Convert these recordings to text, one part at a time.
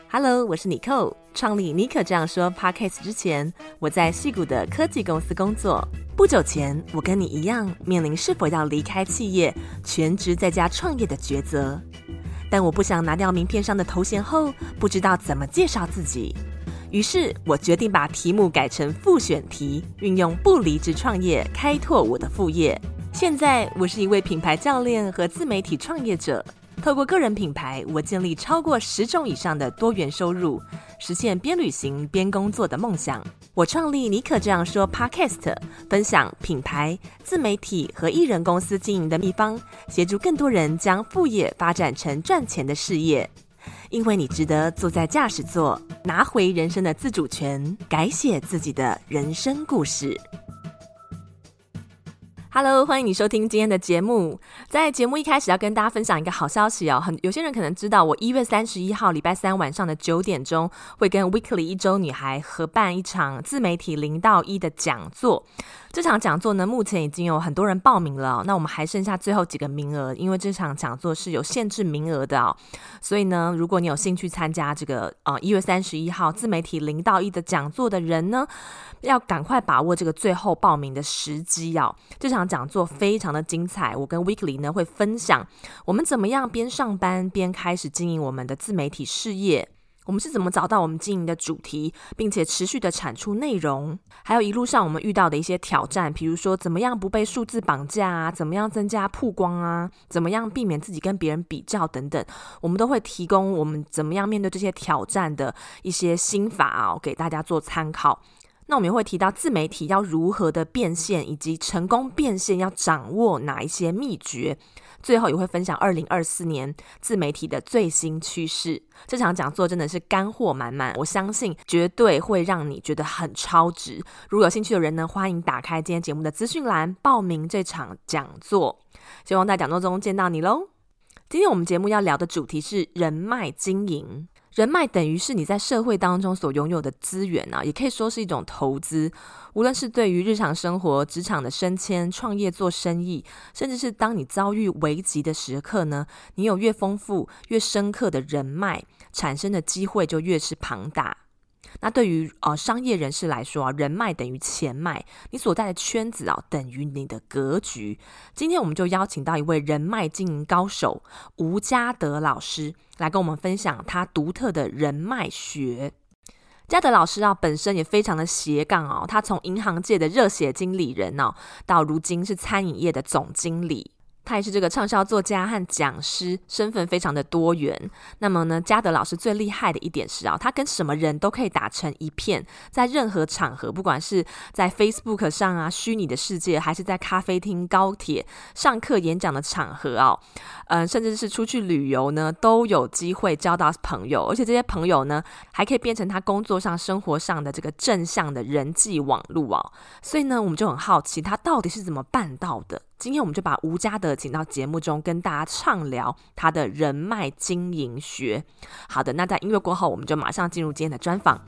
Hello， 我是妮蔻。创立妮可这样说 Podcast 之前，我在矽谷的科技公司工作。不久前，我跟你一样面临是否要离开企业，全职在家创业的抉择。但我不想拿掉名片上的头衔后，不知道怎么介绍自己。于是我决定把题目改成复选题，运用不离职创业开拓我的副业。现在我是一位品牌教练和自媒体创业者。透过个人品牌，我建立超过10种以上的多元收入，实现边旅行边工作的梦想。我创立妮可这样说 Podcast， 分享品牌、自媒体和艺人公司经营的秘方，协助更多人将副业发展成赚钱的事业。因为你值得坐在驾驶座，拿回人生的自主权，改写自己的人生故事。Hello， 欢迎你收听今天的节目。在节目一开始要跟大家分享一个好消息哦，有些人可能知道，我1月31号礼拜三晚上的9点钟会跟 Weekly 一周女孩合办一场自媒体0到1的讲座。这场讲座呢，目前已经有很多人报名了那我们还剩下最后几个名额，因为这场讲座是有限制名额的所以呢，如果你有兴趣参加这个1月31号自媒体0到1的讲座的人呢，要赶快把握这个最后报名的时机这场讲座非常的精彩，我跟 Weekly 呢会分享我们怎么样边上班边开始经营我们的自媒体事业，我们是怎么找到我们经营的主题，并且持续的产出内容，还有一路上我们遇到的一些挑战，比如说怎么样不被数字绑架怎么样增加曝光怎么样避免自己跟别人比较等等，我们都会提供我们怎么样面对这些挑战的一些心法给大家做参考。那我们也会提到自媒体要如何的变现，以及成功变现要掌握哪一些秘诀。最后也会分享2024年自媒体的最新趋势。这场讲座真的是干货满满，我相信绝对会让你觉得很超值。如果有兴趣的人呢，欢迎打开今天节目的资讯栏报名这场讲座。希望在讲座中见到你咯。今天我们节目要聊的主题是人脉经营。人脉等于是你在社会当中所拥有的资源也可以说是一种投资。无论是对于日常生活、职场的升迁、创业做生意，甚至是当你遭遇危急的时刻呢，你有越丰富、越深刻的人脉，产生的机会就越是庞大。那对于商业人士来说人脉等于钱脉，你所在的圈子等于你的格局。今天我们就邀请到一位人脉经营高手吴家德老师来跟我们分享他独特的人脉学。家德老师本身也非常的斜杠他从银行界的热血经理人到如今是餐饮业的总经理。他也是这个畅销作家和讲师，身份非常的多元。那么呢，家德老师最厉害的一点是他跟什么人都可以打成一片，在任何场合，不管是在 Facebook 上虚拟的世界，还是在咖啡厅、高铁、上课、演讲的场合甚至是出去旅游呢，都有机会交到朋友，而且这些朋友呢，还可以变成他工作上、生活上的这个正向的人际网路所以呢，我们就很好奇他到底是怎么办到的。今天我们就把吴家德请到节目中，跟大家畅聊他的人脉经营学。好的，那在音乐过后，我们就马上进入今天的专访。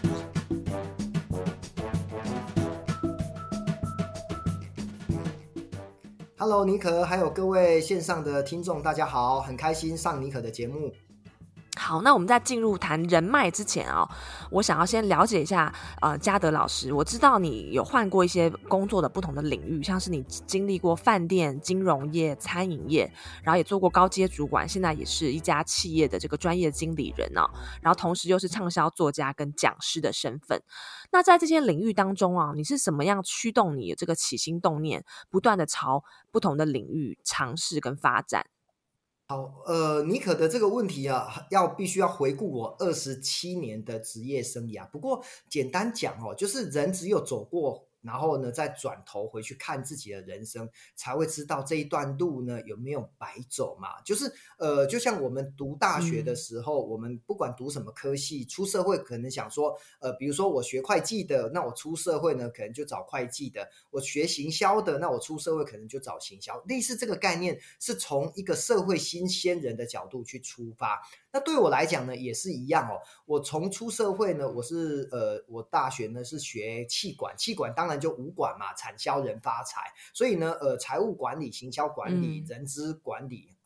Hello， 妮可，还有各位线上的听众，大家好，很开心上妮可的节目。 好，那我们在进入谈人脉之前我想要先了解一下家德老师。我知道你有换过一些工作的不同的领域，像是你经历过饭店、金融业、餐饮业，然后也做过高阶主管，现在也是一家企业的这个专业经理人然后同时又是畅销作家跟讲师的身份。那在这些领域当中你是怎么样驱动你的这个起心动念，不断的朝不同的领域尝试跟发展？ 好，妮可的这个问题必须要回顾我27年的职业生涯。不过简单讲就是人只有走过，然后呢再转头回去看自己的人生，才会知道这一段路呢有没有白走嘛。就是就像我们读大学的时候，我们不管读什么科系，出社会可能想说比如说我学会计的，那我出社会呢可能就找会计的，我学行销的，那我出社会可能就找行销。类似这个概念是从一个社会新鲜人的角度去出发。那对我来讲呢也是一样我从出社会呢，我大学呢是学企管，企管当然就五管嘛，产销人发财。所以呢财务管理、行销管理、人资管理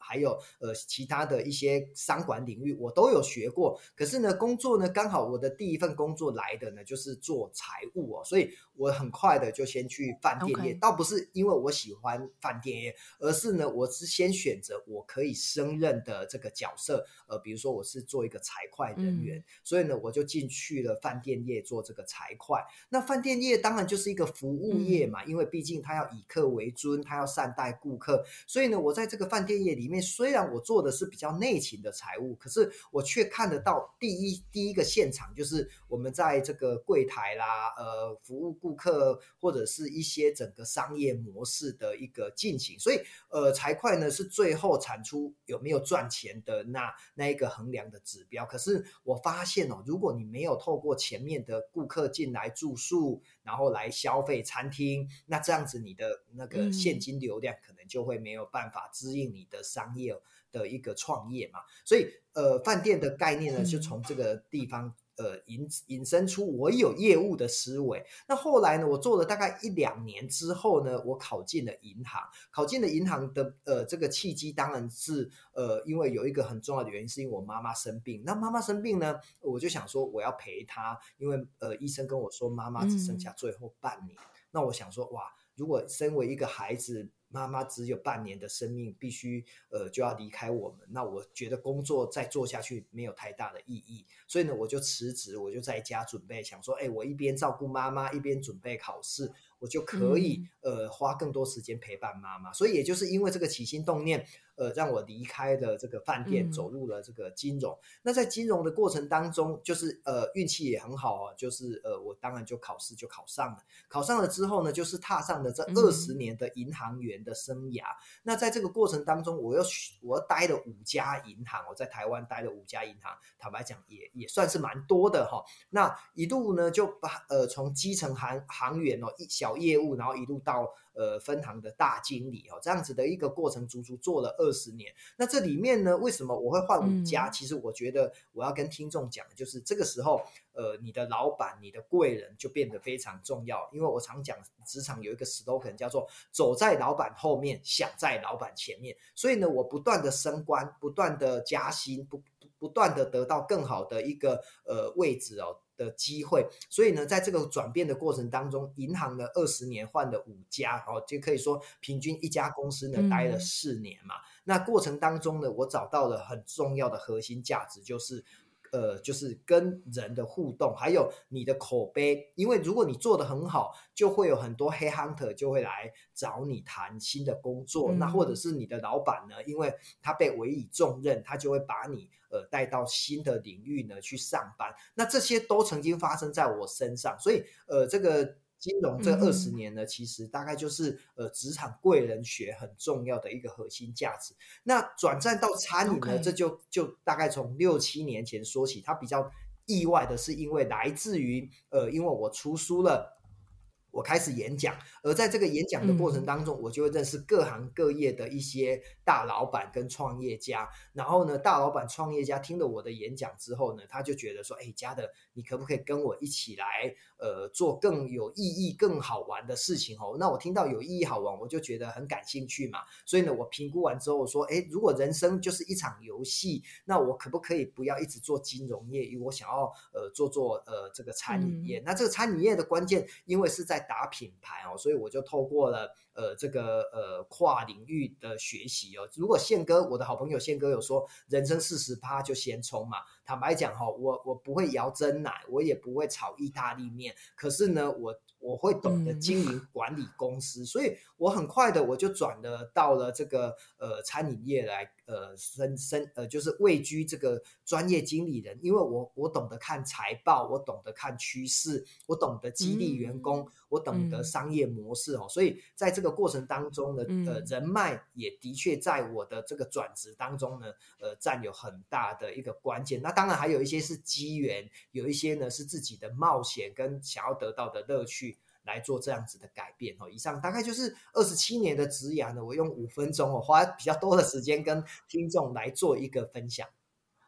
还有其他的一些商管领域我都有学过。可是呢，工作呢刚好我的第一份工作来的呢就是做财务哦，所以我很快的就先去饭店业， OK， 倒不是因为我喜欢饭店业，而是呢我是先选择我可以胜任的这个角色，比如说我是做一个财会人员，所以呢我就进去了饭店业做这个财会。那饭店业当然就是一个服务业嘛，因为毕竟它要以客为尊，它要善待顾客，所以呢我在这个饭店业里面，虽然我做的是比较内勤的财务，可是我却看得到第一个现场，就是我们在这个柜台啦，服务顾客或者是一些整个商业模式的一个进行。所以财会呢是最后产出有没有赚钱的那一个衡量的指标。可是我发现哦，如果你没有透过前面的顾客进来住宿，然后来消费餐厅，那这样子你的那个现金流量可能就会没有办法支应你的商业的一个创业嘛。所以饭店的概念呢就从这个地方引申出我有业务的思维。那后来呢，我做了大概1-2年之后呢，我考进了银行。考进了银行的这个契机当然是因为有一个很重要的原因，是因为我妈妈生病。那妈妈生病呢，我就想说我要陪她，因为医生跟我说妈妈只剩下最后半年。那我想说哇，如果身为一个孩子，妈妈只有半年的生命，必须就要离开我们，那我觉得工作再做下去没有太大的意义，所以呢我就辞职，我就在家准备，想说我一边照顾妈妈，一边准备考试，我就可以花更多时间陪伴妈妈。所以也就是因为这个起心动念，让我离开了这个饭店，走入了这个金融。那在金融的过程当中，就是运气也很好哦，就是我当然就考试就考上了。考上了之后呢，就是踏上了这20年的银行员的生涯。那在这个过程当中，我又待了5家银行，我在台湾待了5家银行，坦白讲也算是蛮多的哈。那一路呢就把从基层行员哦小业务，然后一路到分行的大经理哦，这样子的一个过程，足足做了20年。那这里面呢，为什么我会换5家？其实我觉得我要跟听众讲的就是这个时候你的老板你的贵人就变得非常重要。因为我常讲职场有一个 slogan 叫做走在老板后面，想在老板前面。所以呢我不断的升官，不断的加薪，不断的得到更好的一个位置哦的机会。所以呢在这个转变的过程当中，银行呢20年换了5家哦，就可以说平均一家公司呢待了4年嘛。那过程当中呢，我找到了很重要的核心价值，就是跟人的互动，还有你的口碑。因为如果你做得很好，就会有很多黑 hunter 就会来找你谈新的工作。那或者是你的老板呢，因为他被委以重任，他就会把你带到新的领域呢去上班。那这些都曾经发生在我身上。所以这个金融这20年呢，其实大概就是职场贵人学很重要的一个核心价值。那转战到餐饮呢，这就大概从6-7年前说起。它比较意外的是，因为来自于因为我出书了，我开始演讲，而在这个演讲的过程当中，我就会认识各行各业的一些大老板跟创业家。然后呢，大老板创业家听了我的演讲之后呢，他就觉得说，嘉德，你可不可以跟我一起来做更有意义更好玩的事情哦？那我听到有意义好玩，我就觉得很感兴趣嘛。所以呢我评估完之后我说，如果人生就是一场游戏，那我可不可以不要一直做金融业，因为我想要做这个餐饮业。那这个餐饮业的关键，因为是在打品牌哦，所以我就透过了这个跨领域的学习哦。如果宪哥，我的好朋友宪哥有说人生40%就先冲嘛，坦白讲我不会摇真奶，我也不会炒意大利面，可是呢我会懂得经营管理公司。所以我很快的我就转了到了这个餐饮业来就是位居这个专业经理人。因为我懂得看财报，我懂得看趋势，我懂得激励员工，我懂得商业模式哦。所以在这个过程当中呢人脉也的确在我的这个转职当中呢占有很大的一个关键。那当然还有一些是机缘，有一些呢是自己的冒险跟想要得到的乐趣来做这样子的改变哦。以上大概就是27年的职涯呢，我用5分钟花比较多的时间跟听众来做一个分享。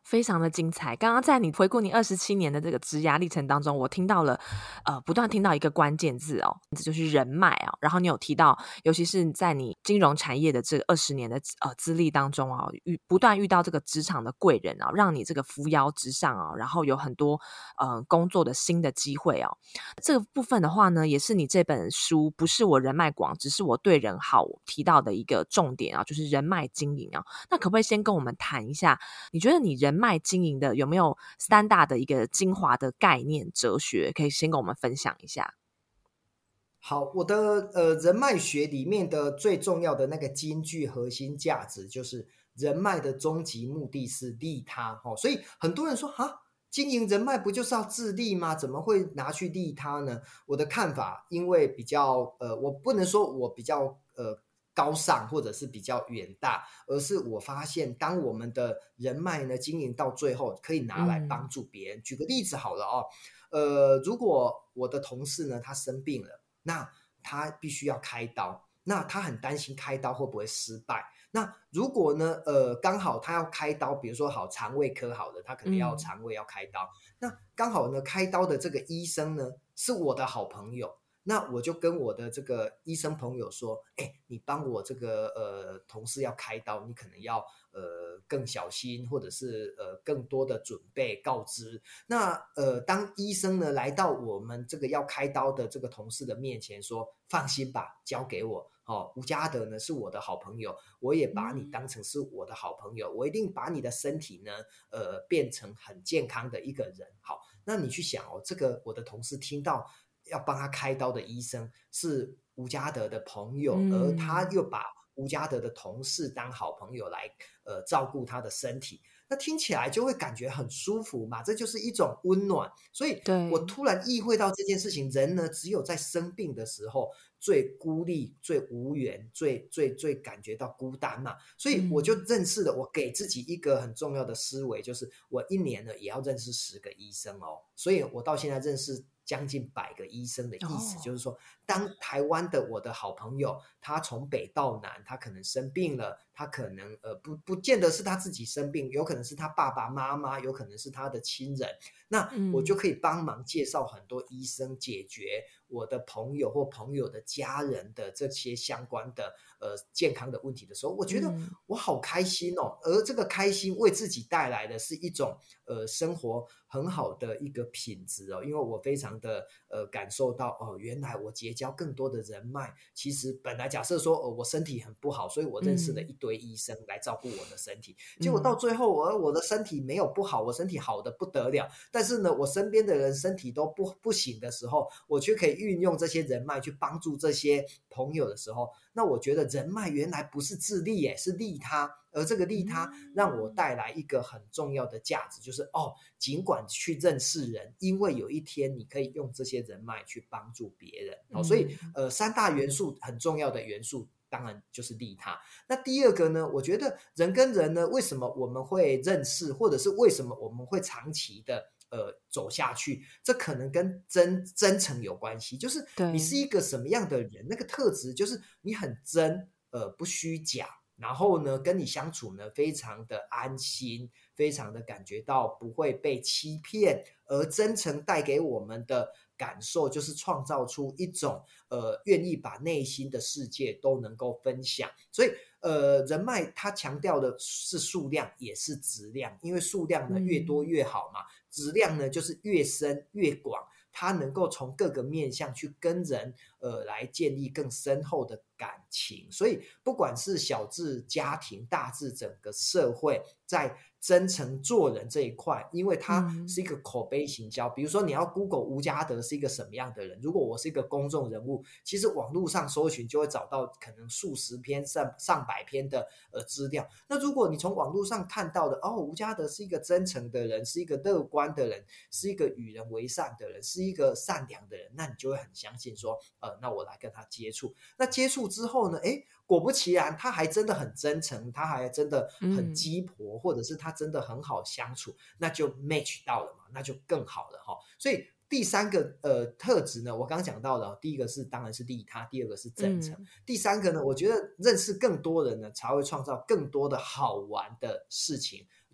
非常的精彩。刚刚在你回顾你27年的这个职涯历程当中，我听到了不断听到一个关键字哦，这就是人脉哦。然后你有提到，尤其是在你金融产业的这20年的资历当中啊，不断遇到这个职场的贵人啊，让你这个扶摇直上啊，然后有很多工作的新的机会哦。这个部分的话呢，也是你这本书不是我人脉广，只是我对人好提到的一个重点啊，就是人脉经营啊。那可不可以先跟我们谈一下，你觉得你人脉经营的有没有三大的一个精华的概念哲学，可以先跟我们分享一下？ 好，我的人脉学里面的最重要的那个金句核心价值就是人脉的终极目的是利他。所以很多人说哈，经营人脉不就是要自利吗？怎么会拿去利他呢？我的看法，因为比较我不能说我比较高尚或者是比较远大，而是我发现当我们的人脉呢经营到最后可以拿来帮助别人。举个例子好了哦，如果我的同事呢他生病了，那他必须要开刀，那他很担心开刀会不会失败。那如果呢，刚好他要开刀，比如说好肠胃科好了，他可能要肠胃要开刀，那刚好呢，开刀的这个医生呢是我的好朋友，那我就跟我的这个医生朋友说，你帮我这个同事要开刀，你可能要更小心，或者是更多的准备告知。那当医生呢来到我们这个要开刀的这个同事的面前说，放心吧，交给我。吴家德呢是我的好朋友，我也把你当成是我的好朋友，我一定把你的身体呢变成很健康的一个人。好，那你去想这个我的同事听到要帮他开刀的医生是吴家德的朋友，而他又把吴家德的同事当好朋友来照顾他的身体，那听起来就会感觉很舒服嘛，这就是一种温暖。所以我对， 突然意会到这件事情，人呢只有在生病的时候最孤立、最无缘、最感觉到孤单嘛。所以我就认识了，我给自己一个很重要的思维，就是我一年呢也要认识10个医生哦。所以我到现在认识将近100个医生的意思，就是说，当台湾的我的好朋友，他从北到南，他可能生病了，他可能不见得是他自己生病，有可能是他爸爸妈妈，有可能是他的亲人，那我就可以帮忙介绍很多医生，解决我的朋友或朋友的家人的这些相关的健康的问题的时候，我觉得我好开心哦。而这个开心为自己带来的是一种生活很好的一个品质哦，因为我非常的感受到原来我结交更多的人脉，其实本来假设说我身体很不好，所以我认识了一堆医生来照顾我的身体，结果到最后我的身体没有不好，我身体好的不得了，但是呢，我身边的人身体都不行的时候，我却可以运用这些人脉去帮助这些朋友的时候，那我觉得人脉原来不是自利耶，是利他。而这个利他让我带来一个很重要的价值，就是尽管去认识人，因为有一天你可以用这些人脉去帮助别人。所以3大元素很重要的元素当然就是利他。那第二个呢，我觉得人跟人呢，为什么我们会认识，或者是为什么我们会长期的走下去，这可能跟真诚有关系。就是你是对， 一个什么样的人，那个特质就是你很真，不虚假，然后呢跟你相处呢非常的安心，非常的感觉到不会被欺骗，而真诚带给我们的感受就是创造出一种愿意把内心的世界都能够分享。所以人脉它强调的是数量也是质量，因为数量呢越多越好嘛，质量呢就是越深越广，它能够从各个面向去跟人来建立更深厚的感情。所以不管是小至家庭，大至整个社会，在真诚做人这一块，因为它是一个口碑行销。比如说你要 Google 吴家德是一个什么样的人，如果我是一个公众人物，其实网络上搜寻就会找到可能数十篇上百篇的资料。那如果你从网络上看到的吴家德是一个真诚的人，是一个乐观的人，是一个与人为善的人，是一个善良的人，那你就会很相信说那我来跟他接触。那接触之后呢，果不其然，他还真的很真诚，他还真的很鸡婆，或者是他真的很好相处，那就 match 到了嘛，那就更好了哈。所以第三个特质呢，我刚刚讲到了，第一个是当然是利他，第二个是真诚，第三个呢，我觉得认识更多人呢，才会创造更多的好玩的事情。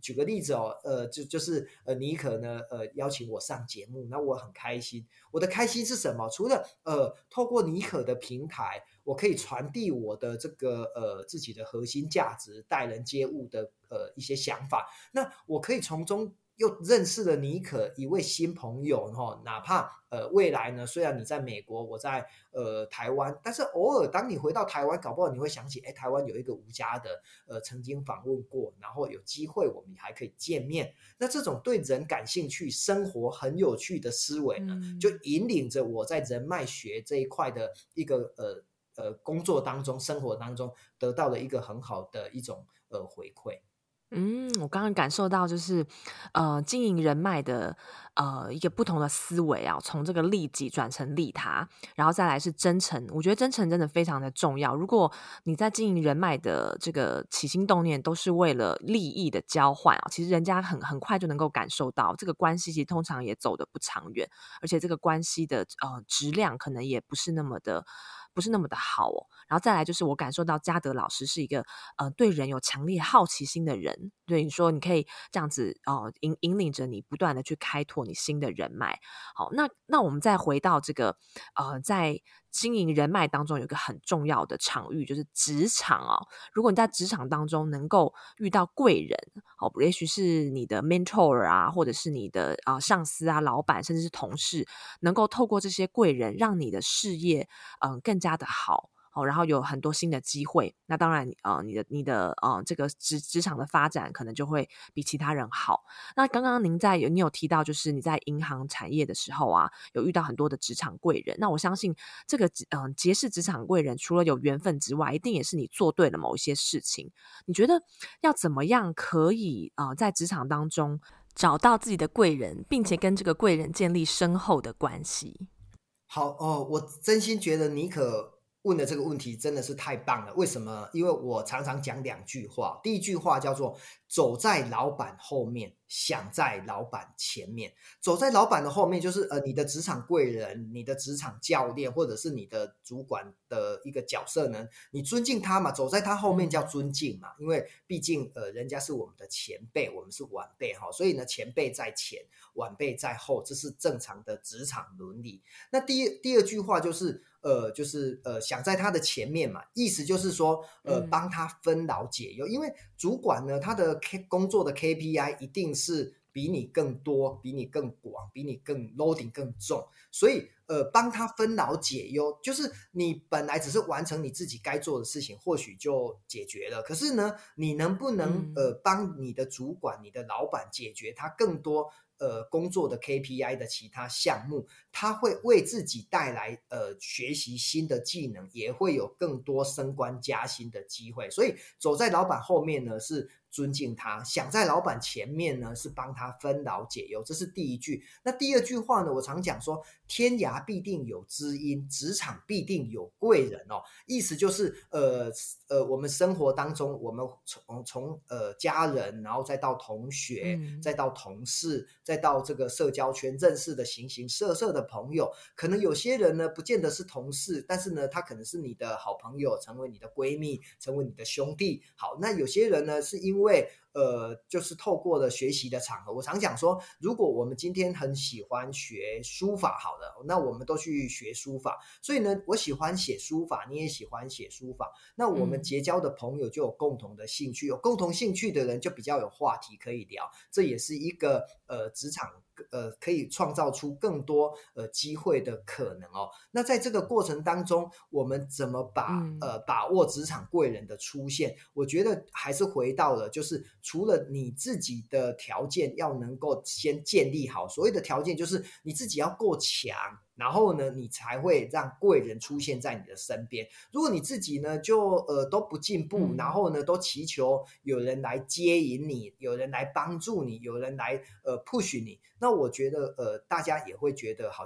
举个例子哦，就是妮可呢邀请我上节目，那我很开心。我的开心是什么？除了透过妮可的平台，我可以传递我的这个自己的核心价值，待人接物的一些想法，那我可以从中又认识了妮可一位新朋友哈，哪怕未来呢，虽然你在美国，我在台湾，但是偶尔当你回到台湾，搞不好你会想起，哎，台湾有一个吴家的曾经访问过，然后有机会我们还可以见面。那这种对人感兴趣、生活很有趣的思维呢，就引领着我在人脉学这一块的一个工作当中、生活当中得到了一个很好的一种回馈。 我刚刚感受到就是，经营人脉的一个不同的思维啊，从这个利己转成利他，然后再来是真诚。我觉得真诚真的非常的重要。如果你在经营人脉的这个起心动念都是为了利益的交换啊，其实人家很快就能够感受到这个关系，其实通常也走得不长远，而且这个关系的质量可能也不是那么的好哦。然后再来就是我感受到嘉德老师是一个对人有强烈好奇心的人，对你说你可以这样子引领着你不断的去开拓你新的人脉。好，那我们再回到这个在经营人脉当中有一个很重要的场域就是职场哦。如果你在职场当中能够遇到贵人，也许是你的 mentor 啊，或者是你的上司啊、老板，甚至是同事，能够透过这些贵人让你的事业更加的好。然后有很多新的机会，那当然你的这个职场的发展可能就会比其他人好。那刚刚你有提到，就是你在银行产业的时候啊，有遇到很多的职场贵人。那我相信这个结识职场贵人，除了有缘分之外，一定也是你做对了某一些事情。你觉得要怎么样可以在职场当中找到自己的贵人，并且跟这个贵人建立深厚的关系？ 好哦，我真心觉得妮可问的这个问题真的是太棒了。为什么？因为我常常讲两句话，第一句话叫做走在老板后面，想在老板前面。走在老板的后面，就是你的职场贵人、你的职场教练，或者是你的主管的一个角色呢，你尊敬他嘛，走在他后面叫尊敬嘛。因为毕竟人家是我们的前辈，我们是晚辈哈，所以呢，前辈在前，晚辈在后，这是正常的职场伦理。那第二句话就是想在他的前面嘛，意思就是说帮他分劳解忧，因为主管呢他的工作的 KPI 一定是比你更多，比你更广，比你更 loading 更重，所以帮他分劳解忧，就是你本来只是完成你自己该做的事情，或许就解决了。可是呢，你能不能帮你的主管、你的老板解决他更多工作的 KPI 的其他项目，他会为自己带来学习新的技能，也会有更多升官加薪的机会。所以走在老板后面呢是尊敬他，想在老板前面呢是帮他分劳解忧，这是第一句。那第二句话呢，我常讲说天涯必定有知音，职场必定有贵人哦。意思就是我们生活当中，我们从家人，然后再到同学，再到同事，再到这个社交圈认识的形形色色的朋友，可能有些人呢不见得是同事，但是呢他可能是你的好朋友，成为你的闺蜜，成为你的兄弟。好，那有些人呢是因为就是透过了学习的场合，我常讲说，如果我们今天很喜欢学书法，好了，那我们都去学书法。所以呢，我喜欢写书法，你也喜欢写书法，那我们结交的朋友就有共同的兴趣，有共同兴趣的人就比较有话题可以聊，这也是一个职场可以创造出更多机会的可能哦。那在这个过程当中，我们怎么把握职场贵人的出现？我觉得还是回到了，就是除了你自己的条件要能够先建立好，所谓的条件就是你自己要够强，然后呢，你才会让贵人出现在你的身边。如果你自己呢就都不进步，然后呢都祈求有人来接引你，有人来帮助你，有人来push 你，那我觉得大家也会觉得好像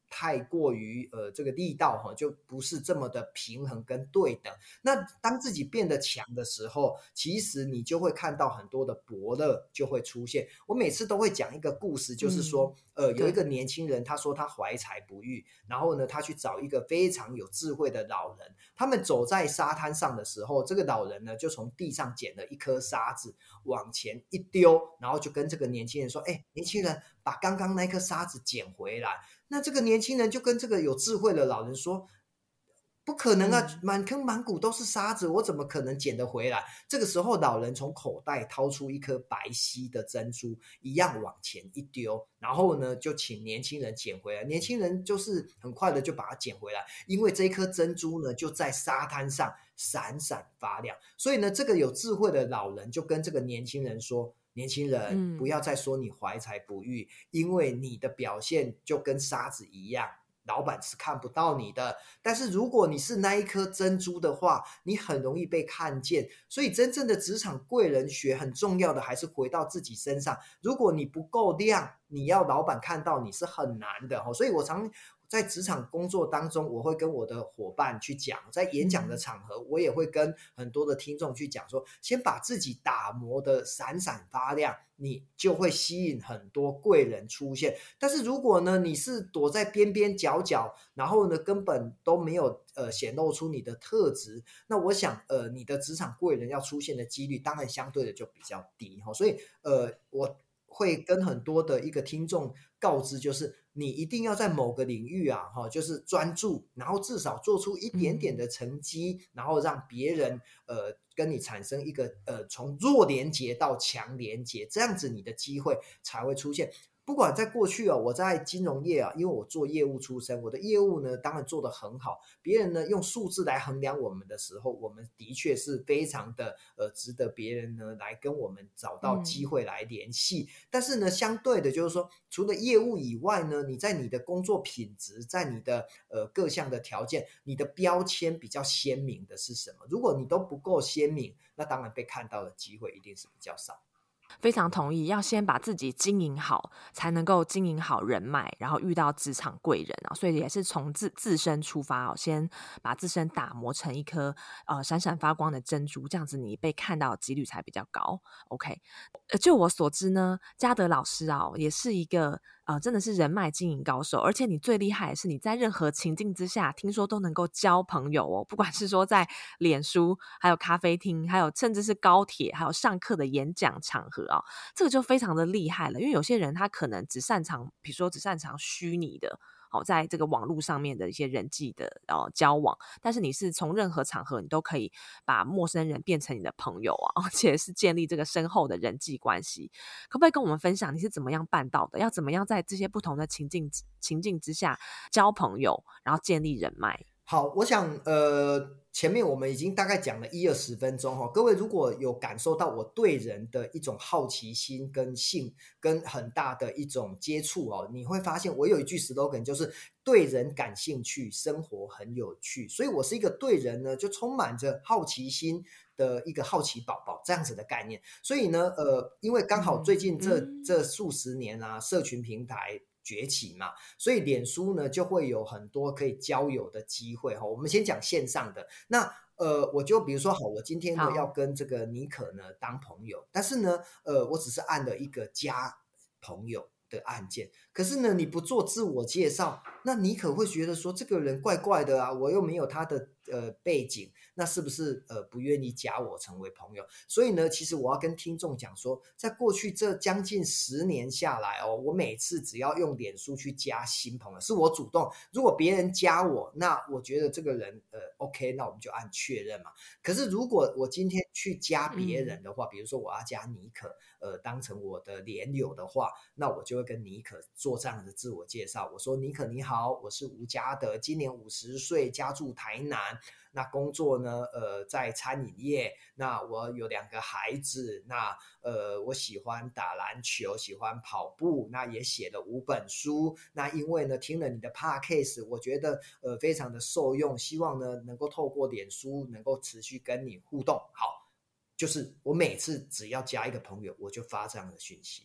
太过于这个力道就不是这么的平衡跟对等。那当自己变得强的时候，其实你就会看到很多的伯乐就会出现。我每次都会讲一个故事，就是说有一个年轻人，他说他怀才不遇，然后呢他去找一个非常有智慧的老人，他们走在沙滩上的时候，这个老人呢就从地上捡了一颗沙子往前一丢，然后就跟这个年轻人说，年轻人把刚刚那颗沙子捡回来。那这个年轻人就跟这个有智慧的老人说，不可能啊，满坑满谷都是沙子，我怎么可能捡得回来？这个时候老人从口袋掏出一颗白皙的珍珠，一样往前一丢，然后呢就请年轻人捡回来。年轻人就是很快的就把它捡回来，因为这一颗珍珠呢就在沙滩上闪闪发亮。所以呢这个有智慧的老人就跟这个年轻人说，年轻人不要再说你怀才不遇，因为你的表现就跟沙子一样，老板是看不到你的。但是如果你是那一颗珍珠的话，你很容易被看见。所以真正的职场贵人学很重要的还是回到自己身上。如果你不够亮，你要老板看到你是很难的。所以我常在职场工作当中，我会跟我的伙伴去讲，在演讲的场合，我也会跟很多的听众去讲说，先把自己打磨的闪闪发亮，你就会吸引很多贵人出现。但是如果呢，你是躲在边边角角，然后呢根本都没有显露出你的特质，那我想你的职场贵人要出现的几率当然相对的就比较低。所以我会跟很多的一个听众告知，就是你一定要在某个领域就是专注，然后至少做出一点点的成绩，然后让别人跟你产生一个从弱连结到强连结，这样子你的机会才会出现。不管在过去我在金融业因为我做业务出身，我的业务呢当然做得很好，别人呢用数字来衡量我们的时候，我们的确是非常的值得别人呢来跟我们找到机会来联系。但是呢相对的就是说，除了业务以外呢，你在你的工作品质，在你的各项的条件，你的标签比较鲜明的是什么？如果你都不够鲜明，那当然被看到的机会一定是比较少。 非常同意，要先把自己经营好，才能够经营好人脉，然后遇到职场贵人所以也是从自身出发先把自身打磨成一颗闪闪发光的珍珠，这样子你被看到的几率才比较高。OK，就我所知呢，嘉德老师也是一个真的是人脉经营高手，而且你最厉害的是你在任何情境之下，听说都能够交朋友不管是说在脸书，还有咖啡厅，还有甚至是高铁，还有上课的演讲场合这个就非常的厉害了。因为有些人他可能只擅长，比如说只擅长虚拟的在这个网络上面的一些人际的交往，但是你是从任何场合你都可以把陌生人变成你的朋友而且是建立这个深厚的人际关系。可不可以跟我们分享你是怎么样办到的？要怎么样在这些不同的情境之下交朋友，然后建立人脉？ 好，我想前面我们已经大概讲了10-20分钟各位如果有感受到我对人的一种好奇心跟很大的一种接触你会发现我有一句 slogan 就是对人感兴趣，生活很有趣。所以我是一个对人呢就充满着好奇心的一个好奇宝宝这样子的概念。所以呢因为刚好最近这数十年社群平台崛起嘛，所以脸书呢就会有很多可以交友的机会我们先讲线上的。那我就比如说我今天呢要跟这个妮可呢当朋友，但是呢我只是按了一个加朋友的按键，可是呢你不做自我介绍，那妮可会觉得说这个人怪怪的我又没有他的背景，那是不是不愿意加我成为朋友？所以呢其实我要跟听众讲说，在过去这将近10年下来我每次只要用脸书去加新朋友，是我主动，如果别人加我，那我觉得这个人OK， 那我们就按确认嘛。可是如果我今天去加别人的话，比如说我要加妮可当成我的连友的话，那我就会跟妮可做这样的自我介绍，我说妮可你好，我是吴嘉德，今年50岁，家住台南，那工作呢在餐饮业，那我有2个孩子，那我喜欢打篮球，喜欢跑步，那也写了5本书，那因为呢听了你的 podcast 我觉得非常的受用，希望呢能够透过脸书能够持续跟你互动。好，就是我每次只要加一个朋友我就发这样的讯息。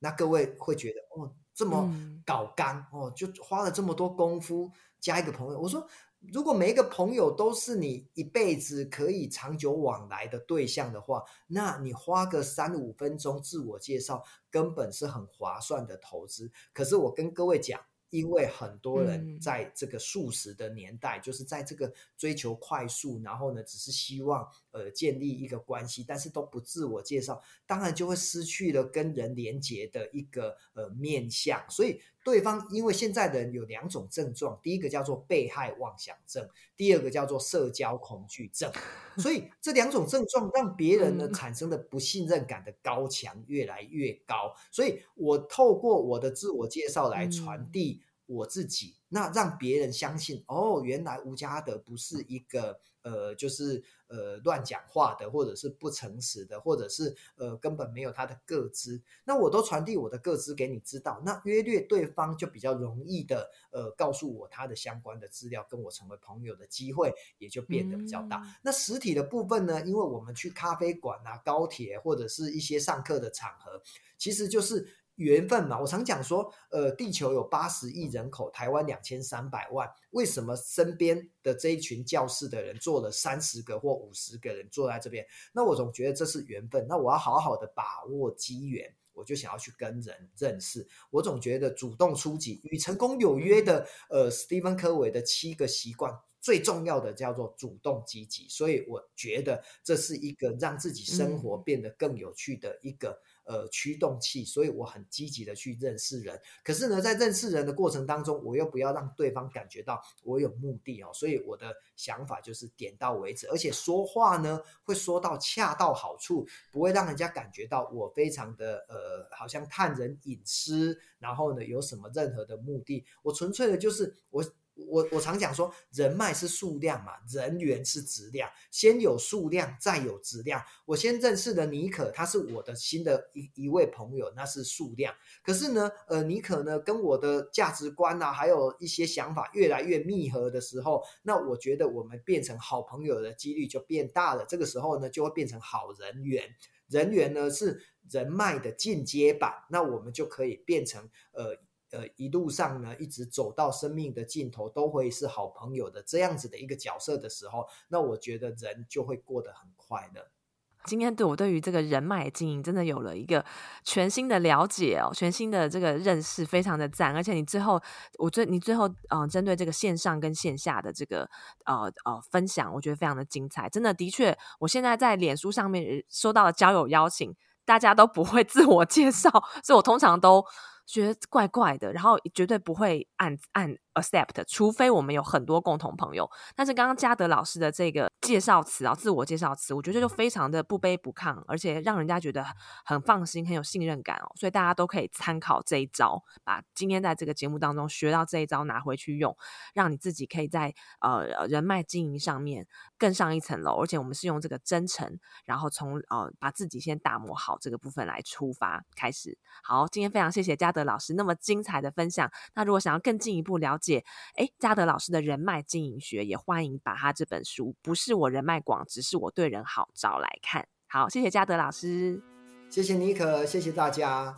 那各位会觉得这么搞刚就花了这么多功夫加一个朋友。我说如果每一个朋友都是你一辈子可以长久往来的对象的话，那你花个3-5分钟自我介绍根本是很划算的投资。可是我跟各位讲，因为很多人在这个速食的年代，就是在这个追求快速，然后呢只是希望建立一个关系，但是都不自我介绍，当然就会失去了跟人连结的一个面向。所以对方因为现在的人有2种症状，第一个叫做被害妄想症，第二个叫做社交恐惧症。所以这2种症状让别人呢产生的不信任感的高墙越来越高。所以我透过我的自我介绍来传递我自己，那让别人相信原来吴家德不是一个就是乱讲话的，或者是不诚实的，或者是根本没有他的个资。那我都传递我的个资给你知道，那约略对方就比较容易的告诉我他的相关的资料，跟我成为朋友的机会也就变得比较大。那实体的部分呢，因为我们去咖啡馆啊、高铁或者是一些上课的场合，其实就是缘分嘛。我常讲说地球有80亿人口，台湾2300万，为什么身边的这一群教室的人坐了30个或50个人坐在这边？那我总觉得这是缘分，那我要好好的把握机缘，我就想要去跟人认识。我总觉得主动出击，与成功有约的史蒂芬科维的7个习惯，最重要的叫做主动积极。所以我觉得这是一个让自己生活变得更有趣的一个驱动器，所以我很积极的去认识人。可是呢，在认识人的过程当中，我又不要让对方感觉到我有目的所以我的想法就是点到为止，而且说话呢会说到恰到好处，不会让人家感觉到我非常的好像探人隐私，然后呢有什么任何的目的。我纯粹的就是我常讲说，人脉是数量嘛，人缘是质量，先有数量再有质量。我先认识的妮可，他是我的新的一位朋友，那是数量。可是呢妮可呢跟我的价值观啊，还有一些想法越来越密合的时候，那我觉得我们变成好朋友的几率就变大了。这个时候呢就会变成好人缘，人缘呢是人脉的进阶版，那我们就可以变成一路上呢一直走到生命的尽头都会是好朋友的这样子的一个角色的时候，那我觉得人就会过得很快乐。 今天我对于这个人脉经营真的有了一个全新的了解全新的这个认识，非常的赞。而且你最后针对这个线上跟线下的这个分享，我觉得非常的精彩。真的确，我现在在脸书上面收到的交友邀请，大家都不会自我介绍，所以我通常都觉得怪怪的，然后绝对不会按 accept， 除非我们有很多共同朋友。但是刚刚嘉德老师的这个介绍词自我介绍词，我觉得就非常的不卑不亢，而且让人家觉得很放心，很有信任感所以大家都可以参考这一招，把今天在这个节目当中学到这一招拿回去用，让你自己可以在人脉经营上面更上一层楼。而且我们是用这个真诚，然后从把自己先打磨好这个部分来出发开始。好，今天非常谢谢嘉德老师那么精彩的分享。那如果想要更进一步了解嘉德老师的人脉经营学，也欢迎把他这本书不是我人脉广，只是我对人好找来看。好，谢谢嘉德老师。 谢谢妮可，谢谢大家。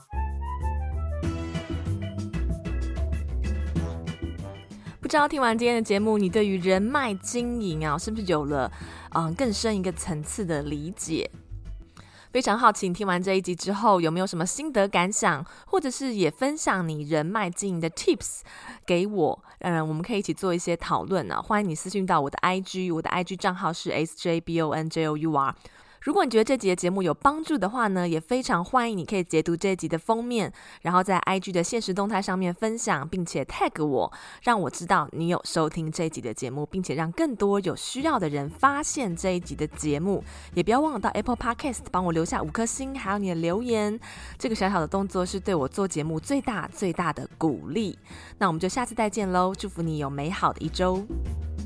不知道听完今天的节目，你对于人脉经营是不是有了更深一个层次的理解？非常好奇你听完这一集之后有没有什么心得感想，或者是也分享你人脉经营的 tips 给我，我们可以一起做一些讨论欢迎你私讯到我的 IG， 我的 IG 账号是 sjbonjour。如果你觉得这集的节目有帮助的话呢，也非常欢迎你可以截图这一集的封面，然后在 IG 的限时动态上面分享，并且 tag 我，让我知道你有收听这一集的节目，并且让更多有需要的人发现这一集的节目。也不要忘了到 Apple Podcast 帮我留下5颗星，还有你的留言，这个小小的动作是对我做节目最大最大的鼓励。那我们就下次再见咯，祝福你有美好的一周。